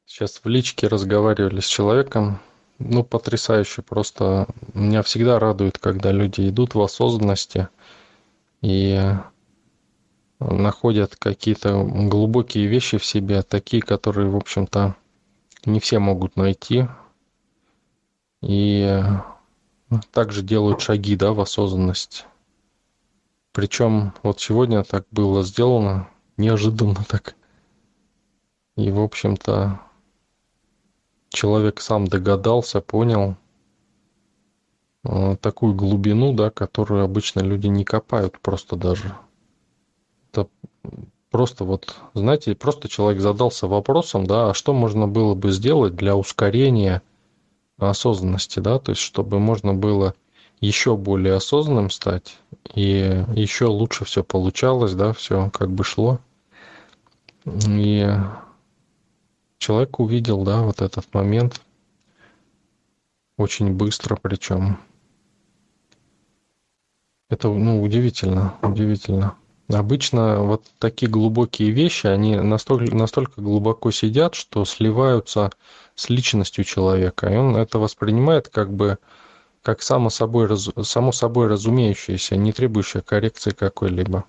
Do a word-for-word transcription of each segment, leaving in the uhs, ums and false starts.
Сейчас в личке разговаривали с человеком. Ну, потрясающе просто. Меня всегда радует, когда люди идут в осознанности и находят какие-то глубокие вещи в себе, такие, которые, в общем-то, не все могут найти. И также делают шаги, да, в осознанность. Причем вот сегодня так было сделано, неожиданно так. И, в общем-то, человек сам догадался, понял э, такую глубину, да, которую обычно люди не копают просто даже. Это просто вот, знаете, просто человек задался вопросом, да, а что можно было бы сделать для ускорения осознанности, да, то есть чтобы можно было еще более осознанным стать и еще лучше все получалось, да, все как бы шло. И человек увидел, да, вот этот момент очень быстро, причем это, ну, удивительно, удивительно. Обычно вот такие глубокие вещи, они настолько, настолько глубоко сидят, что сливаются с личностью человека, и он это воспринимает как бы как само собой, раз- само собой разумеющееся, не требующее коррекции какой-либо.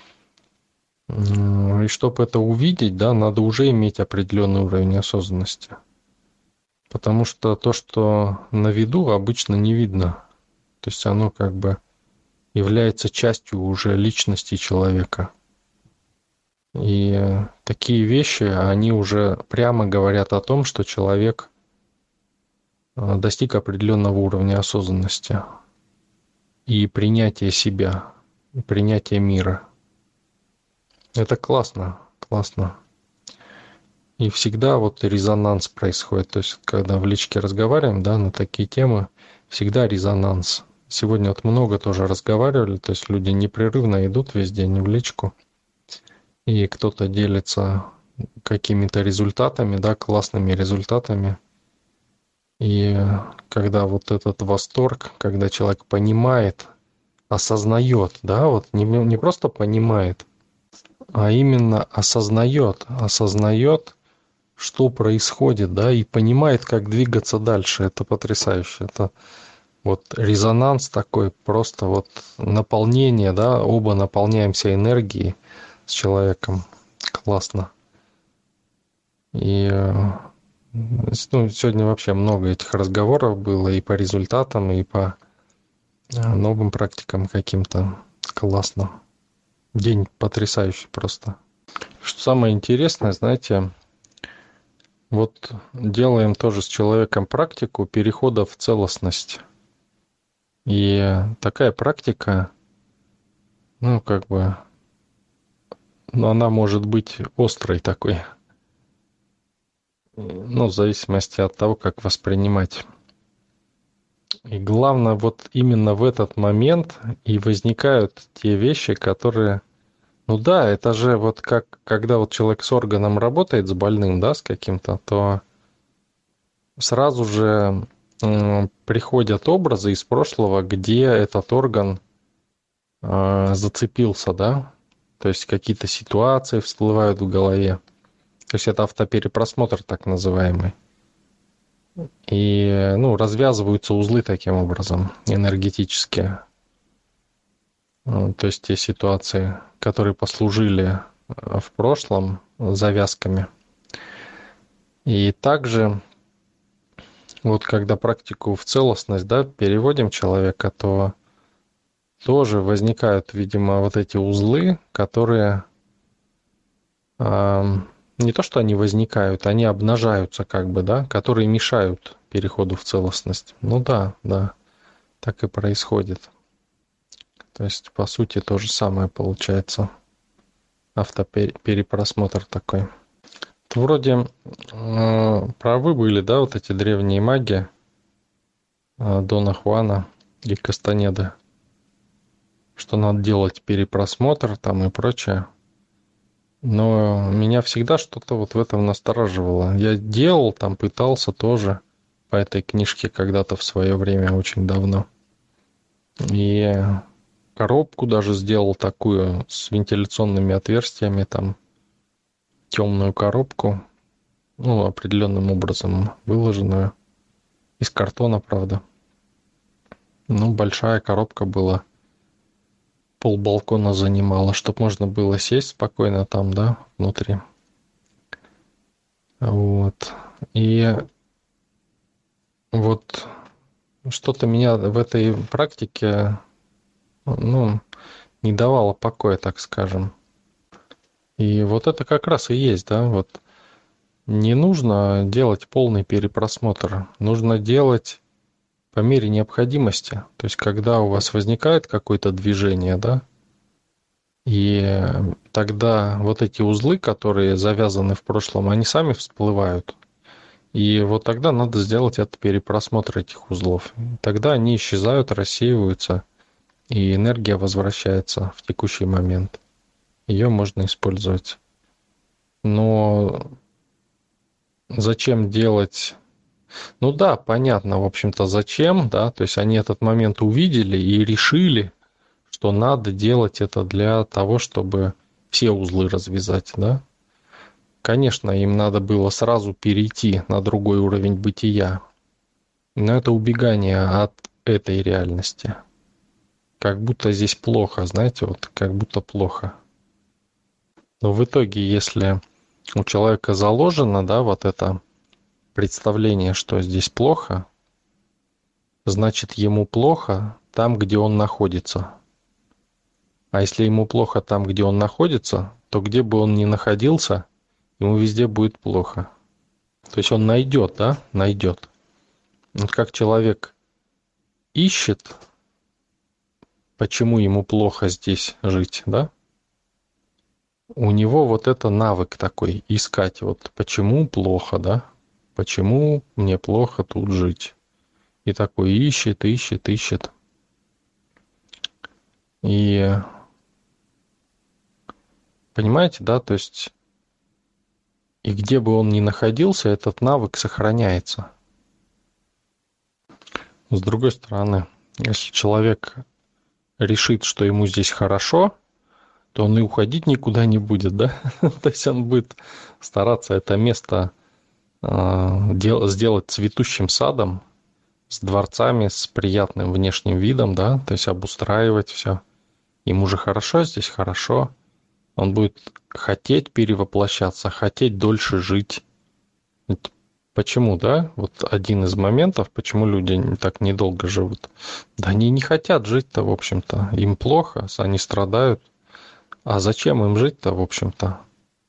М, И чтобы это увидеть, да, надо уже иметь определенный уровень осознанности. Потому что то, что на виду, обычно не видно. То есть оно как бы является частью уже личности человека. И такие вещи, они уже прямо говорят о том, что человек э, достиг определенного уровня осознанности и принятия себя, и принятия мира. Это классно, классно. И всегда вот резонанс происходит. То есть, когда в личке разговариваем, да, на такие темы, всегда резонанс. Сегодня вот много тоже разговаривали, то есть люди непрерывно идут весь день в личку, и кто-то делится какими-то результатами, да, классными результатами. И когда вот этот восторг, когда человек понимает, осознает, да, вот не, не просто понимает, а именно осознает, осознает, что происходит, да, и понимает, как двигаться дальше. Это потрясающе. Это вот резонанс такой, просто вот наполнение, да, оба наполняемся энергией с человеком. Классно. И э, ну, сегодня вообще много этих разговоров было и по результатам, и по э, новым практикам каким-то. Классно. День потрясающий просто. Что самое интересное, знаете, вот делаем тоже с человеком практику перехода в целостность. И такая практика, ну, как бы, ну, она может быть острой такой, ну, в зависимости от того, как воспринимать. И главное, вот именно в этот момент и возникают те вещи, которые, ну да, это же вот как, когда вот человек с органом работает, с больным, да, с каким-то, то сразу же м, приходят образы из прошлого, где этот орган э, зацепился, да, то есть какие-то ситуации всплывают в голове. То есть это автоперепросмотр так называемый. И, ну, развязываются узлы таким образом, энергетические. Э, То есть те ситуации, которые послужили э, в прошлом завязками. И также, вот когда практику в целостность, да, переводим человека, то тоже возникают, видимо, вот эти узлы, которые ам, не то, что они возникают, они обнажаются как бы, да, которые мешают переходу в целостность. Ну да, да, так и происходит. То есть, по сути, то же самое получается. Автоперепросмотр такой. Вроде э, правы были, да, вот эти древние маги э, Дона Хуана и Кастанеды, что надо делать перепросмотр там и прочее. Но меня всегда что-то вот в этом настораживало. Я делал, там пытался тоже по этой книжке когда-то в свое время, очень давно. И коробку даже сделал такую с вентиляционными отверстиями, там темную коробку. ну, определенным образом выложенную, из картона, правда. Ну, большая коробка была, пол балкона занимала, чтобы можно было сесть спокойно там, да, внутри. Вот. И вот что-то меня в этой практике, ну, не давало покоя, так скажем. И вот это как раз и есть, да, вот не нужно делать полный перепросмотр, нужно делать по мере необходимости. То есть, когда у вас возникает какое-то движение, да, и тогда вот эти узлы, которые завязаны в прошлом, они сами всплывают. И вот тогда надо сделать этот перепросмотр этих узлов. Тогда они исчезают, рассеиваются, и энергия возвращается в текущий момент. Ее можно использовать. Но зачем делать? Ну да, понятно, в общем-то, зачем, да, то есть они этот момент увидели и решили, что надо делать это для того, чтобы все узлы развязать, да. Конечно, им надо было сразу перейти на другой уровень бытия, но это убегание от этой реальности. Как будто здесь плохо, знаете, вот как будто плохо. Но в итоге, если у человека заложено, да, вот это представление, что здесь плохо, значит, ему плохо там, где он находится. А если ему плохо там, где он находится, то где бы он ни находился, ему везде будет плохо. То есть он найдет, да, найдет. Вот как человек ищет, почему ему плохо здесь жить, да, у него вот это навык такой, искать вот почему плохо, да, почему мне плохо тут жить. И такой ищет, ищет, ищет. И понимаете, да, то есть и где бы он ни находился, этот навык сохраняется. С другой стороны, если человек решит, что ему здесь хорошо, то он и уходить никуда не будет, да? То есть он будет стараться это место э, дел- сделать цветущим садом, с дворцами, с приятным внешним видом, да, то есть обустраивать все. Ему же хорошо здесь, хорошо. Он будет хотеть перевоплощаться, хотеть дольше жить. Ведь почему, да? Вот один из моментов, почему люди так недолго живут. Да они не хотят жить-то, в общем-то. Им плохо, они страдают. А зачем им жить-то, в общем-то?